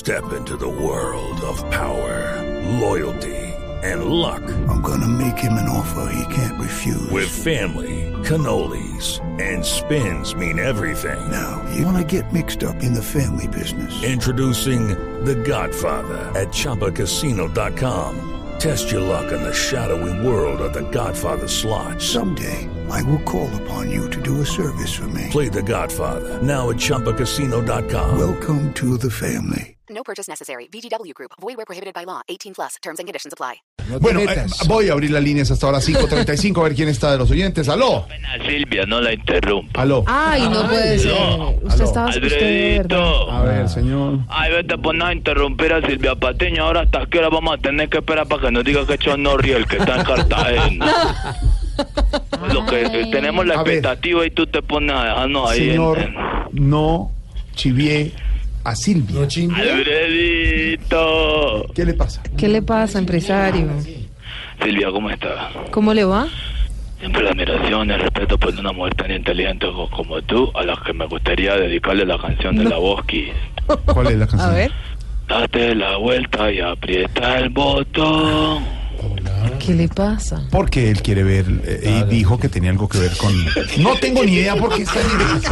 Step into the world of power, loyalty, and luck. I'm gonna make him an offer he can't refuse. With family, cannolis, and spins mean everything. Now, you wanna get mixed up in the family business. Introducing The Godfather at ChumbaCasino.com. Test your luck in the shadowy world of The Godfather slot. Someday, I will call upon you to do a service for me. Play The Godfather now at ChumbaCasino.com. Welcome to the family. No purchase necessary. VGW Group. Void where prohibited by law. 18+. Terms and conditions apply. Bueno, voy a abrir las líneas hasta ahora 5:35 a ver quién está de los oyentes. ¡Aló! Silvia, no la interrumpa. ¡Aló! Ay, no puede ser. Usted estaba Alfredito. A ver, señor. Ay, vete a poner a interrumpir a Silvia Patiño. Ahora hasta qué hora vamos a tener que esperar para que nos diga que echó Norriel, que está en Cartagena. Lo que tenemos la expectativa y tú te pones a dejarnos ahí. Señor, no chivié a Silvia. Alfredito. ¿Qué le pasa? ¿Qué le pasa, empresario? Silvia, ¿cómo está? ¿Cómo le va? Siempre la admiración y el respeto por una mujer tan inteligente como tú, a la que me gustaría dedicarle la canción de la Bosquis. ¿Cuál es la canción? A ver. Date la vuelta y aprieta el botón. ¿Qué le pasa? Porque él quiere ver y dijo que tenía algo que ver con... No tengo ni idea por qué está en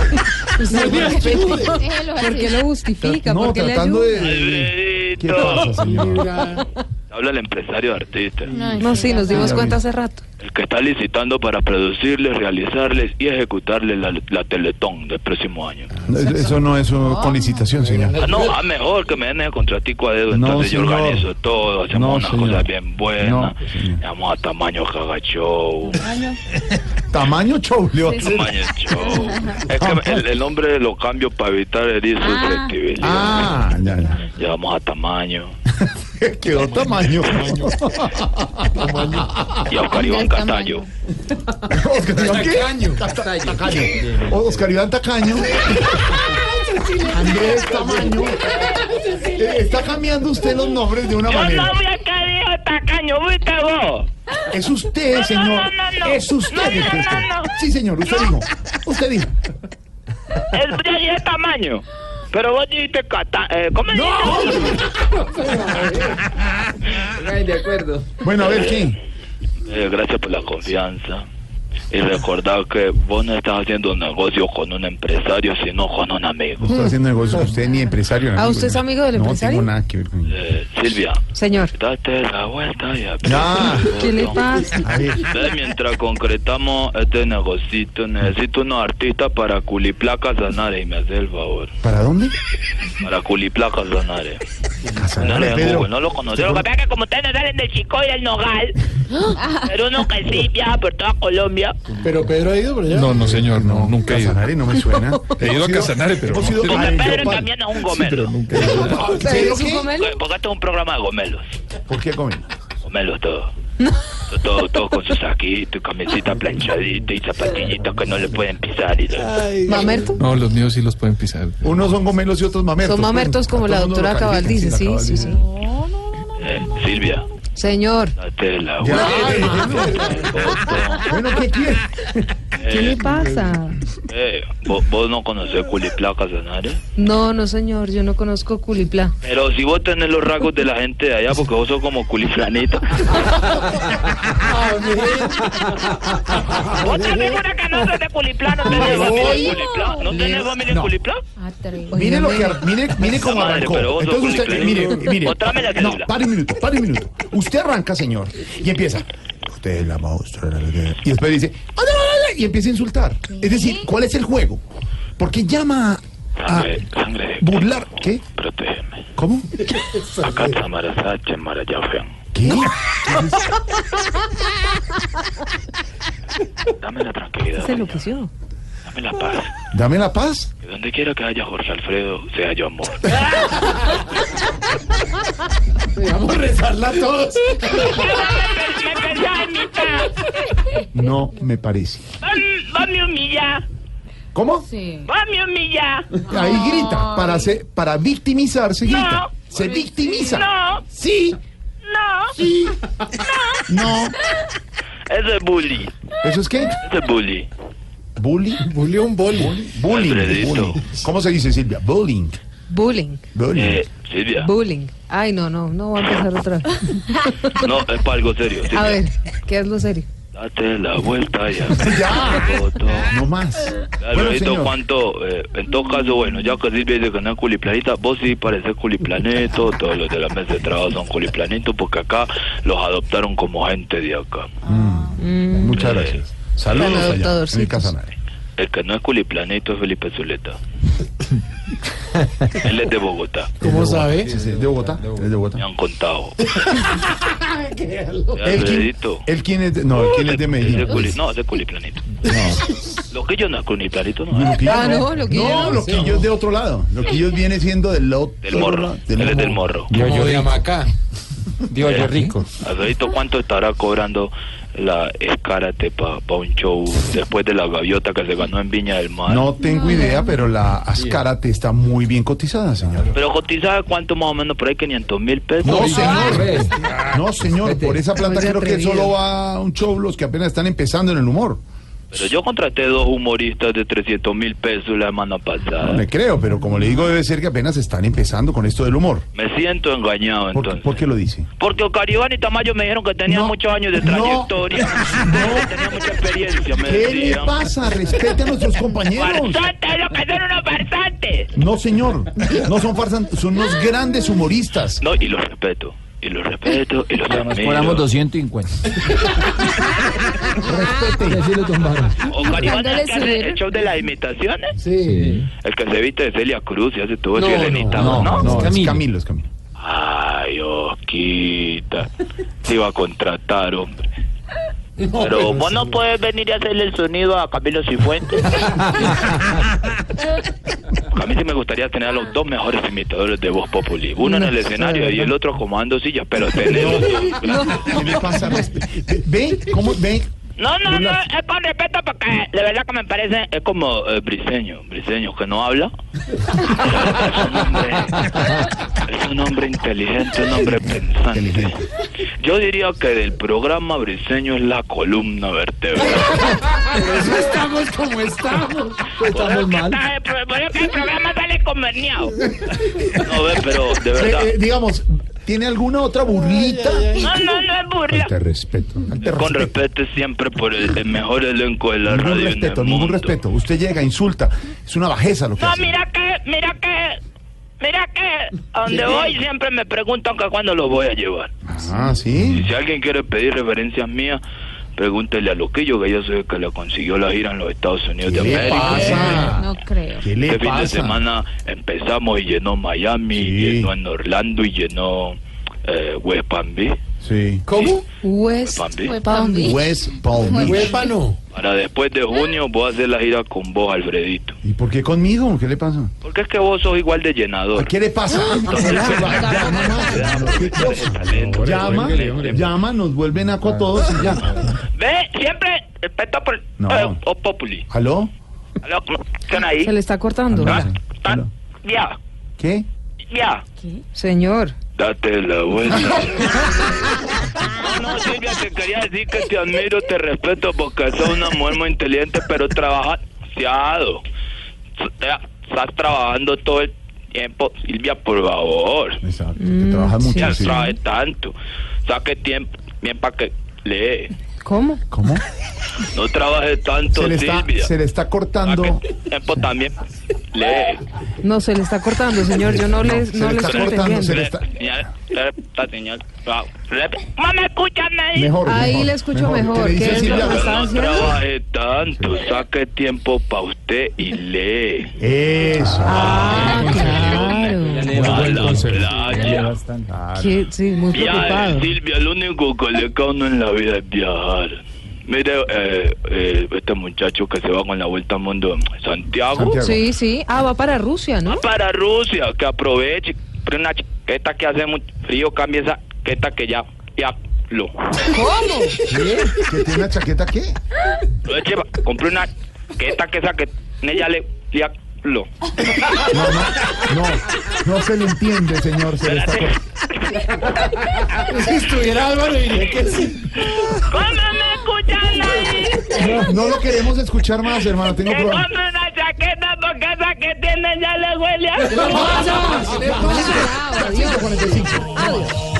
¿Por qué lo justifica? No, ¿Por qué le tratando ayuda? de... ¿Qué pasa, señor? Habla el empresario artista. No, sí, nos dimos cuenta hace rato. El que está licitando para producirles, realizarles y ejecutarles la Teletón del próximo año. Eso no es con licitación, señor. Mejor que me den el contratico a dedo. Entonces yo señor. organizo todo, hacemos unas señor. cosas bien buenas. No, señor. Llamamos a Tamaño Caga Show. Tamaño show, Leo. Tamaño Show. Es que el nombre lo cambio para evitar herir susceptibilidad. Ya. Llamamos a Tamaño. Quedó tamaño. Y a Oscar Iván Castaño. ¿Oscar Iván qué? Tacaño. Oscar Iván Tacaño. Andrés Tamaño. Está cambiando usted los nombres de una manera. Yo no voy a caer Tacaño, ¿viste vos? Es usted, señor. No. Es usted. No. Sí, señor, usted dijo. El dije Tamaño. Pero vos dijiste ¿cómo Ay, de acuerdo. Bueno, a ver, ¿quién? Gracias por la confianza. Y recordar que vos no estás haciendo un negocio con un empresario, sino con un amigo. No está haciendo negocio con usted ni empresario. ¿Ah, usted es amigo del empresario? No tengo nada que ver con él. Silvia. Señor. Date la vuelta y aprieta. ¿Qué le pasa? A ver. Mientras concretamos este negocito, necesito unos artistas para Culiplaca Sanare y me hace el favor. ¿Para dónde? Para Culiplaca Sanare. Casanare, Pedro. No lo conocí. Lo que pasa es que como ustedes no salen del Chico y del Nogal, pero uno que sí viaja por toda Colombia. Pero Pedro ha ido por allá. No, señor, nunca he ido. Casanare no me suena. He ido a Casanare, pero Porque Pedro también es un gomelo. ¿Pedro qué? Porque esto es un programa de gomelos. ¿Por qué comen? Gomelos todos. Todos con su saquito y camisita planchadita y zapatillitos que no le pueden pisar. ¿Mamerto? No, los míos sí los pueden pisar. Unos son gomelos y otros mamertos. Son mamertos como la doctora Cabal dice, sí. Silvia. Señor. Date la Ya. vuelta. Bueno, ¿qué quiere? ¿Qué le pasa? ¿Vos no conocés Culiplaca Sanare? No, señor, yo no conozco Culipla. Pero si vos tenés los rasgos de la gente de allá, porque vos sos como culiflanito. ¿Vos tenés una canosa de Culiplá? ¿No tenés familia en Culiplá? ¿No tenés familia en Culiplá? Mire lo que mire cómo Madre, arrancó. pero vos sos Entonces usted, mire. Bótame la No, cédula. pare un minuto. Usted arranca, señor, y empieza. Usted es la monstrua. Y después dice, y empieza a insultar. Es decir, ¿cuál es el juego? Porque llama a Sangre de burlar. ¿Qué? Protégeme. ¿Cómo? Acá Samarasache Marayafean. ¿Qué? Dame la tranquilidad. Se enloqueció. Dame la paz. Dame la paz. Que donde quiera que haya Jorge Alfredo, sea yo amor. Vamos a rezarla a todos. No me parece. Va me humilla. ¿Cómo? Va me humilla. Ahí grita. Para victimizarse grita. No. Se victimiza. No. Sí. No. Sí. No. Ese es bully. ¿Eso es qué? Ese es bully. ¿Bully? Bully un boli. Bullying. Alfredito. Bullying. ¿Cómo se dice, Silvia? Bullying. Bullying. Silvia. Bullying. Ay, no va a empezar otra vez. No, es para algo serio. Silvia. A ver, ¿qué es lo serio? Date la vuelta ya. Ya. No más. Alfredito, ¿cuánto? En todo caso, bueno, ya que Silvia dice que no es culiplanita, vos sí pareces culiplanito, todos los de la mesa de trabajo son culiplanitos, porque acá los adoptaron como gente de acá. Muchas gracias. Saludos allá en el Casanare. El que no es culiplanito es Felipe Zuleta. Él es de Bogotá. ¿Cómo sabe? Sí, ¿de Bogotá? ¿Es de Bogotá? Me han contado. ¿Él quién es? No, ¿quién es de Medellín? No, es de culiplanito. Loquillo no es culiplanito, ¿no? Loquillo es de otro lado. Loquillo viene siendo del otro del morro. lado. Él es del morro. Yo de Amacá. Dios, yo rico. Alfredito, ¿cuánto estará cobrando la Escárate pa un show después de la gaviota que se ganó en Viña del Mar? No tengo idea, pero la Ascárate está muy bien cotizada, señor. Pero cotizada, ¿cuánto más o menos? Por ahí 500.000 pesos. No, señor. No, señor. Por esa plata creo que solo va a un show los que apenas están empezando en el humor. Pero yo contraté 2 humoristas de 300.000 pesos la semana pasada. No me creo, pero como le digo, debe ser que apenas están empezando con esto del humor. Me siento engañado, entonces. ¿Por qué lo dice? Porque Ocaribán y Tamayo me dijeron que tenían muchos años de trayectoria. Que tenían mucha experiencia, me ¿Qué decían. le pasa? Respete a nuestros compañeros. ¡Farsantes! ¡Lo que son unos farsantes! No, señor. No son farsantes, son unos grandes humoristas. No, y los respeto. Y los respeto, y los admiro. Cobramos 250. Respete. Así lo tumbaron. Ocaribán es el que hace el show de las imitaciones. Sí. El que se viste de Celia Cruz y hace todo eso y Elenita, No, es Camilo. Ay, Osquita. Se iba a contratar, hombre. Pero vos no puedes venir a hacerle el sonido a Camilo Cifuentes. A mí sí me gustaría tener a los 2 mejores imitadores de Voz Populi. Uno en el escenario y el otro comando sillas, pero tenerlos. ¿Qué le pasa? ¿Ve? ¿Cómo? ¿Ve? No, es con respeto porque de verdad que me parece, es como Briseño que no habla. Es un hombre inteligente, un hombre pensante. Yo diría que del programa Briseño es la columna vertebral. Por eso estamos como estamos. Estamos mal. Por eso que el programa sale conveniado. No, ve, pero de verdad. Digamos, ¿tiene alguna otra burlita? No es burla. Te respeto. Con respeto siempre por el mejor elenco de la radio. Ningún respeto. Usted llega, insulta. Es una bajeza lo que hace. Mira que a donde voy siempre me preguntan que cuándo lo voy a llevar. Ah, ¿sí? Y si alguien quiere pedir referencias mías, pregúntele a Loquillo, que yo soy el que le consiguió la gira en los Estados Unidos de América. ¿Qué pasa? No creo. ¿Qué le Este fin pasa? de semana empezamos y llenó Miami, llenó en Orlando y llenó West Palm Beach. Sí. ¿Cómo? West Palm Beach. West Palm Beach. Huépano. Para después de junio voy a hacer la gira con vos, Alfredito. ¿Y por qué conmigo? ¿Qué le pasa? Porque es que vos sos igual de llenador. ¿Qué le pasa? Llama, nos vuelven naco a todos y ya. Ve, siempre respeto por o Populi. ¿Aló? ¿Aló? ¿Están ahí? Se le está cortando. ¿Aló? Ya, ¿Qué? ya. Señor. Date la vuelta. No, Silvia, te quería decir que te admiro, te respeto porque sos una mujer muy inteligente, pero trabajas demasiado. Estás trabajando todo el tiempo, Silvia, por favor. Exacto, que trabajas mucho. Ya sí. trabaje tanto. Saque tiempo bien para que lee. ¿Cómo? ¿Cómo? No trabaje tanto, Silvia. Se le está cortando. Saque tiempo también. Lee. No, se le está cortando, señor. Yo no le está estoy cortando, se entendiendo. ¿No me escuchan ahí? Mejor. Ahí le escucho mejor. ¿Qué le dice ¿Qué es lo Silvia? que está No haciendo? trabaje tanto, saque tiempo para usted y lee. Eso. Ah, claro. A la playa. Sí, muy preocupado. Silvia, lo único que le cae a uno en la vida es viajar. Mire, este muchacho que se va con la vuelta al mundo, Santiago. Sí. Ah, va para Rusia, ¿no? Para Rusia, que aproveche. Pero una chaqueta que hace mucho frío, cambie esa chaqueta que ya lo. ¿Cómo? ¿Que tiene una chaqueta qué? Compré una chaqueta que esa que ella le lo. No se le entiende, señor. Se le está Si estuviera Álvaro diría que sí. ¿Cómo me escuchan ahí? No lo queremos escuchar más, hermano. Tengo Que problema. compre una chaqueta porque casa que tiene ya le huele a... ¿Qué le pasa? ¿Qué le pasa? Adiós. 145. Adiós.